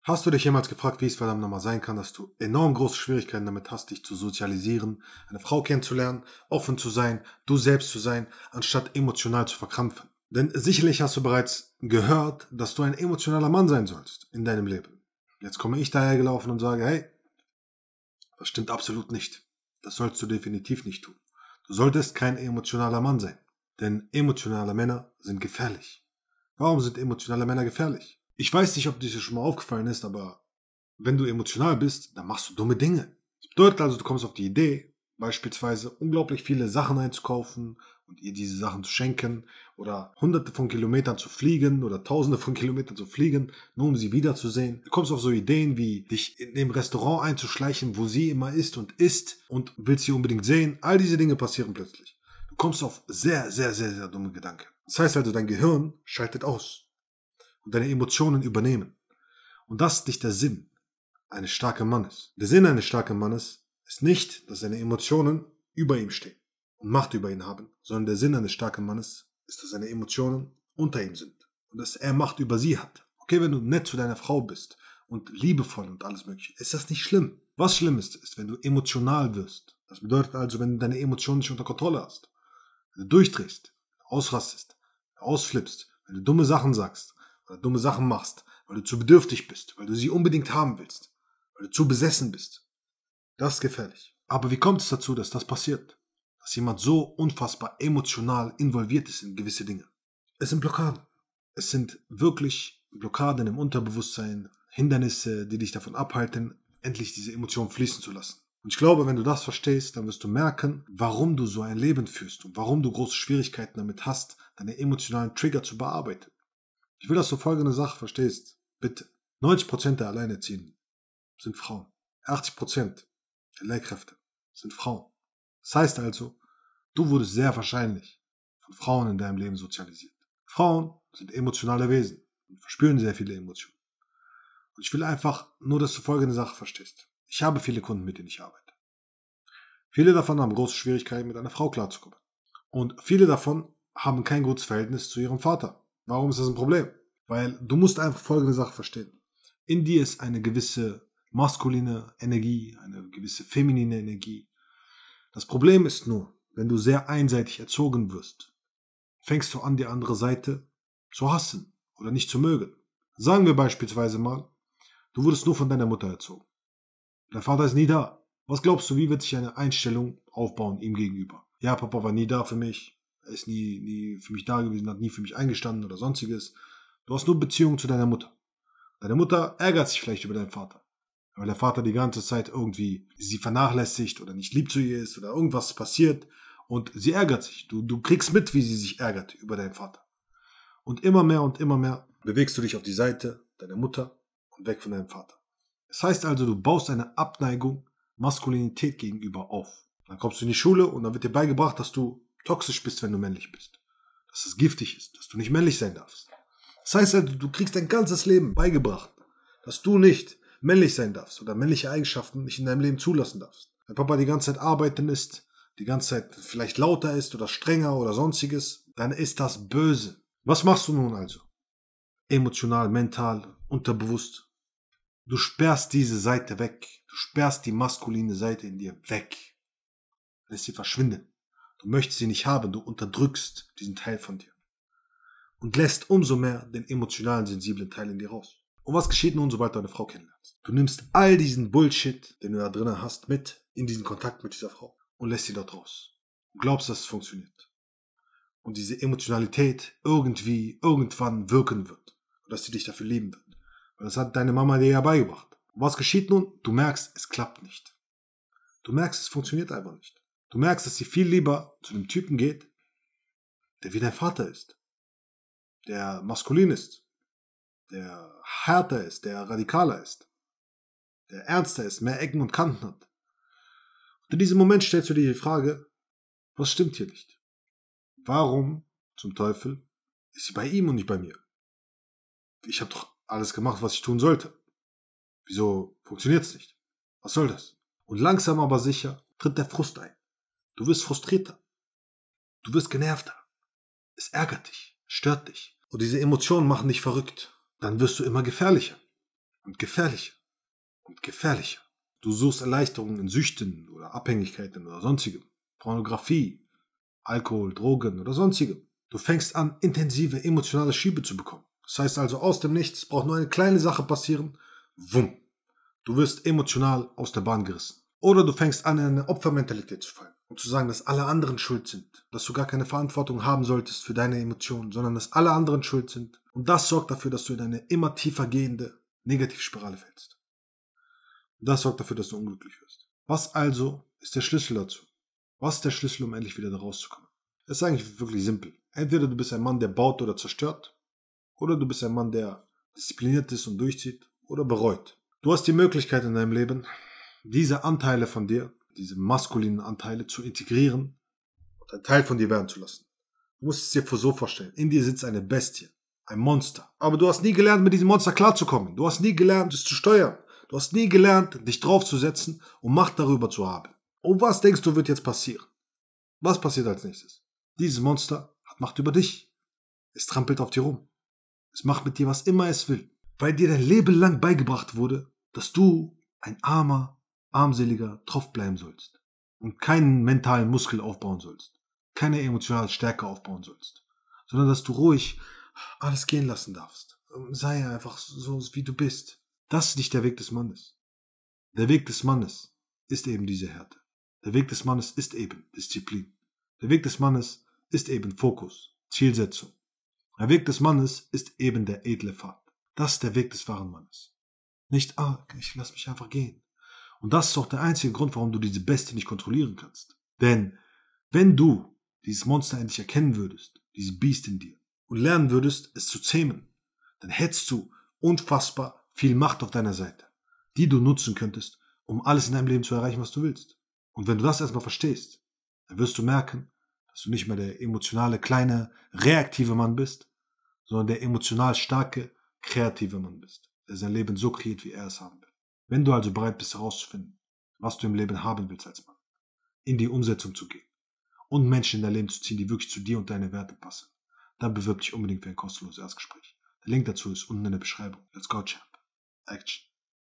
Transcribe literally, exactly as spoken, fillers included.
Hast du dich jemals gefragt, wie es verdammt nochmal sein kann, dass du enorm große Schwierigkeiten damit hast, dich zu sozialisieren, eine Frau kennenzulernen, offen zu sein, du selbst zu sein, anstatt emotional zu verkrampfen? Denn sicherlich hast du bereits gehört, dass du ein emotionaler Mann sein sollst in deinem Leben. Jetzt komme ich daher gelaufen und sage, hey, das stimmt absolut nicht. Das sollst du definitiv nicht tun. Du solltest kein emotionaler Mann sein. Denn emotionale Männer sind gefährlich. Warum sind emotionale Männer gefährlich? Ich weiß nicht, ob dir das schon mal aufgefallen ist, aber wenn du emotional bist, dann machst du dumme Dinge. Das bedeutet also, du kommst auf die Idee, beispielsweise unglaublich viele Sachen einzukaufen und ihr diese Sachen zu schenken oder hunderte von Kilometern zu fliegen oder tausende von Kilometern zu fliegen, nur um sie wiederzusehen. Du kommst auf so Ideen wie dich in dem Restaurant einzuschleichen, wo sie immer ist und isst und willst sie unbedingt sehen. All diese Dinge passieren plötzlich. Du kommst auf sehr, sehr, sehr, sehr dumme Gedanken. Das heißt also, dein Gehirn schaltet aus und deine Emotionen übernehmen. Und das ist nicht der Sinn eines starken Mannes. Der Sinn eines starken Mannes ist nicht, dass seine Emotionen über ihm stehen und Macht über ihn haben, sondern der Sinn eines starken Mannes ist, dass seine Emotionen unter ihm sind und dass er Macht über sie hat. Okay, wenn du nett zu deiner Frau bist und liebevoll und alles mögliche, ist das nicht schlimm. Was schlimm ist, ist, wenn du emotional wirst. Das bedeutet also, wenn du deine Emotionen nicht unter Kontrolle hast. Wenn du durchdrehst, ausrastest, ausflippst, wenn du dumme Sachen sagst oder dumme Sachen machst, weil du zu bedürftig bist, weil du sie unbedingt haben willst, weil du zu besessen bist. Das ist gefährlich. Aber wie kommt es dazu, dass das passiert? Dass jemand so unfassbar emotional involviert ist in gewisse Dinge. Es sind Blockaden. Es sind wirklich Blockaden im Unterbewusstsein, Hindernisse, die dich davon abhalten, endlich diese Emotionen fließen zu lassen. Und ich glaube, wenn du das verstehst, dann wirst du merken, warum du so ein Leben führst und warum du große Schwierigkeiten damit hast, deine emotionalen Trigger zu bearbeiten. Ich will, dass du folgende Sache verstehst. Bitte. neunzig Prozent der Alleinerziehenden sind Frauen. achtzig Prozent der Lehrkräfte sind Frauen. Das heißt also, du wurdest sehr wahrscheinlich von Frauen in deinem Leben sozialisiert. Frauen sind emotionale Wesen und verspüren sehr viele Emotionen. Und ich will einfach nur, dass du folgende Sache verstehst. Ich habe viele Kunden, mit denen ich arbeite. Viele davon haben große Schwierigkeiten, mit einer Frau klarzukommen. Und viele davon haben kein gutes Verhältnis zu ihrem Vater. Warum ist das ein Problem? Weil du musst einfach folgende Sache verstehen. In dir ist eine gewisse maskuline Energie, eine gewisse feminine Energie. Das Problem ist nur, wenn du sehr einseitig erzogen wirst, fängst du an, die andere Seite zu hassen oder nicht zu mögen. Sagen wir beispielsweise mal, du wurdest nur von deiner Mutter erzogen. Dein Vater ist nie da. Was glaubst du, wie wird sich eine Einstellung aufbauen ihm gegenüber? Ja, Papa war nie da für mich. Er ist nie, nie für mich da gewesen, hat nie für mich eingestanden oder sonstiges. Du hast nur Beziehung zu deiner Mutter. Deine Mutter ärgert sich vielleicht über deinen Vater. Weil der Vater die ganze Zeit irgendwie sie vernachlässigt oder nicht lieb zu ihr ist oder irgendwas passiert. Und sie ärgert sich. Du, du kriegst mit, wie sie sich ärgert über deinen Vater. Und immer mehr und immer mehr bewegst du dich auf die Seite deiner Mutter und weg von deinem Vater. Das heißt also, du baust eine Abneigung Maskulinität gegenüber auf. Dann kommst du in die Schule und dann wird dir beigebracht, dass du toxisch bist, wenn du männlich bist. Dass es giftig ist, dass du nicht männlich sein darfst. Das heißt also, du kriegst dein ganzes Leben beigebracht, dass du nicht männlich sein darfst oder männliche Eigenschaften nicht in deinem Leben zulassen darfst. Wenn Papa die ganze Zeit arbeiten ist, die ganze Zeit vielleicht lauter ist oder strenger oder sonstiges, dann ist das böse. Was machst du nun also? Emotional, mental, unterbewusst. Du sperrst diese Seite weg. Du sperrst die maskuline Seite in dir weg. Lässt sie verschwinden. Du möchtest sie nicht haben. Du unterdrückst diesen Teil von dir. Und lässt umso mehr den emotionalen, sensiblen Teil in dir raus. Und was geschieht nun, sobald du eine Frau kennenlernst? Du nimmst all diesen Bullshit, den du da drinnen hast, mit in diesen Kontakt mit dieser Frau. Und lässt sie dort raus. Und glaubst, dass es funktioniert. Und diese Emotionalität irgendwie, irgendwann wirken wird. Und dass sie dich dafür lieben wird. Weil das hat deine Mama dir ja beigebracht. Und was geschieht nun? Du merkst, es klappt nicht. Du merkst, es funktioniert einfach nicht. Du merkst, dass sie viel lieber zu einem Typen geht, der wie dein Vater ist. Der maskulin ist. Der härter ist, der radikaler ist. Der ernster ist, mehr Ecken und Kanten hat. Und in diesem Moment stellst du dir die Frage, was stimmt hier nicht? Warum zum Teufel ist sie bei ihm und nicht bei mir? Ich habe doch alles gemacht, was ich tun sollte. Wieso funktioniert es nicht? Was soll das? Und langsam aber sicher tritt der Frust ein. Du wirst frustrierter. Du wirst genervter. Es ärgert dich, stört dich. Und diese Emotionen machen dich verrückt. Dann wirst du immer gefährlicher. und gefährlicher und gefährlicher. Du suchst Erleichterungen in Süchten oder Abhängigkeiten oder sonstigem. Pornografie, Alkohol, Drogen oder sonstigem. Du fängst an, intensive emotionale Schiebe zu bekommen. Das heißt also, aus dem Nichts braucht nur eine kleine Sache passieren. Wumm. Du wirst emotional aus der Bahn gerissen. Oder du fängst an, in eine Opfermentalität zu fallen. Und zu sagen, dass alle anderen schuld sind. Dass du gar keine Verantwortung haben solltest für deine Emotionen, sondern dass alle anderen schuld sind. Und das sorgt dafür, dass du in eine immer tiefer gehende Negativspirale fällst. Und das sorgt dafür, dass du unglücklich wirst. Was also ist der Schlüssel dazu? Was ist der Schlüssel, um endlich wieder da rauszukommen? Es ist eigentlich wirklich simpel. Entweder du bist ein Mann, der baut oder zerstört. Oder du bist ein Mann, der diszipliniert ist und durchzieht. Oder bereut. Du hast die Möglichkeit in deinem Leben, diese Anteile von dir, diese maskulinen Anteile zu integrieren und ein Teil von dir werden zu lassen. Du musst es dir so vorstellen. In dir sitzt eine Bestie, ein Monster. Aber du hast nie gelernt, mit diesem Monster klarzukommen. Du hast nie gelernt, es zu steuern. Du hast nie gelernt, dich draufzusetzen und Macht darüber zu haben. Und was denkst du, wird jetzt passieren? Was passiert als nächstes? Dieses Monster hat Macht über dich. Es trampelt auf dir rum. Es macht mit dir, was immer es will. Weil dir dein Leben lang beigebracht wurde, dass du ein armer, armseliger Tropf bleiben sollst und keinen mentalen Muskel aufbauen sollst, keine emotionale Stärke aufbauen sollst, sondern dass du ruhig alles gehen lassen darfst. Sei einfach so, wie du bist. Das ist nicht der Weg des Mannes. Der Weg des Mannes ist eben diese Härte. Der Weg des Mannes ist eben Disziplin. Der Weg des Mannes ist eben Fokus, Zielsetzung. Der Weg des Mannes ist eben der edle Pfad. Das ist der Weg des wahren Mannes. Nicht, ah, ich lass mich einfach gehen. Und das ist auch der einzige Grund, warum du diese Bestie nicht kontrollieren kannst. Denn wenn du dieses Monster endlich erkennen würdest, dieses Biest in dir, und lernen würdest, es zu zähmen, dann hättest du unfassbar viel Macht auf deiner Seite, die du nutzen könntest, um alles in deinem Leben zu erreichen, was du willst. Und wenn du das erstmal verstehst, dann wirst du merken, dass du nicht mehr der emotionale, kleine, reaktive Mann bist, sondern der emotional starke, kreative Mann bist, der sein Leben so kreiert, wie er es haben will. Wenn du also bereit bist herauszufinden, was du im Leben haben willst als Mann, in die Umsetzung zu gehen und Menschen in dein Leben zu ziehen, die wirklich zu dir und deine Werte passen, dann bewirb dich unbedingt für ein kostenloses Erstgespräch. Der Link dazu ist unten in der Beschreibung. Let's go, Champ. Action.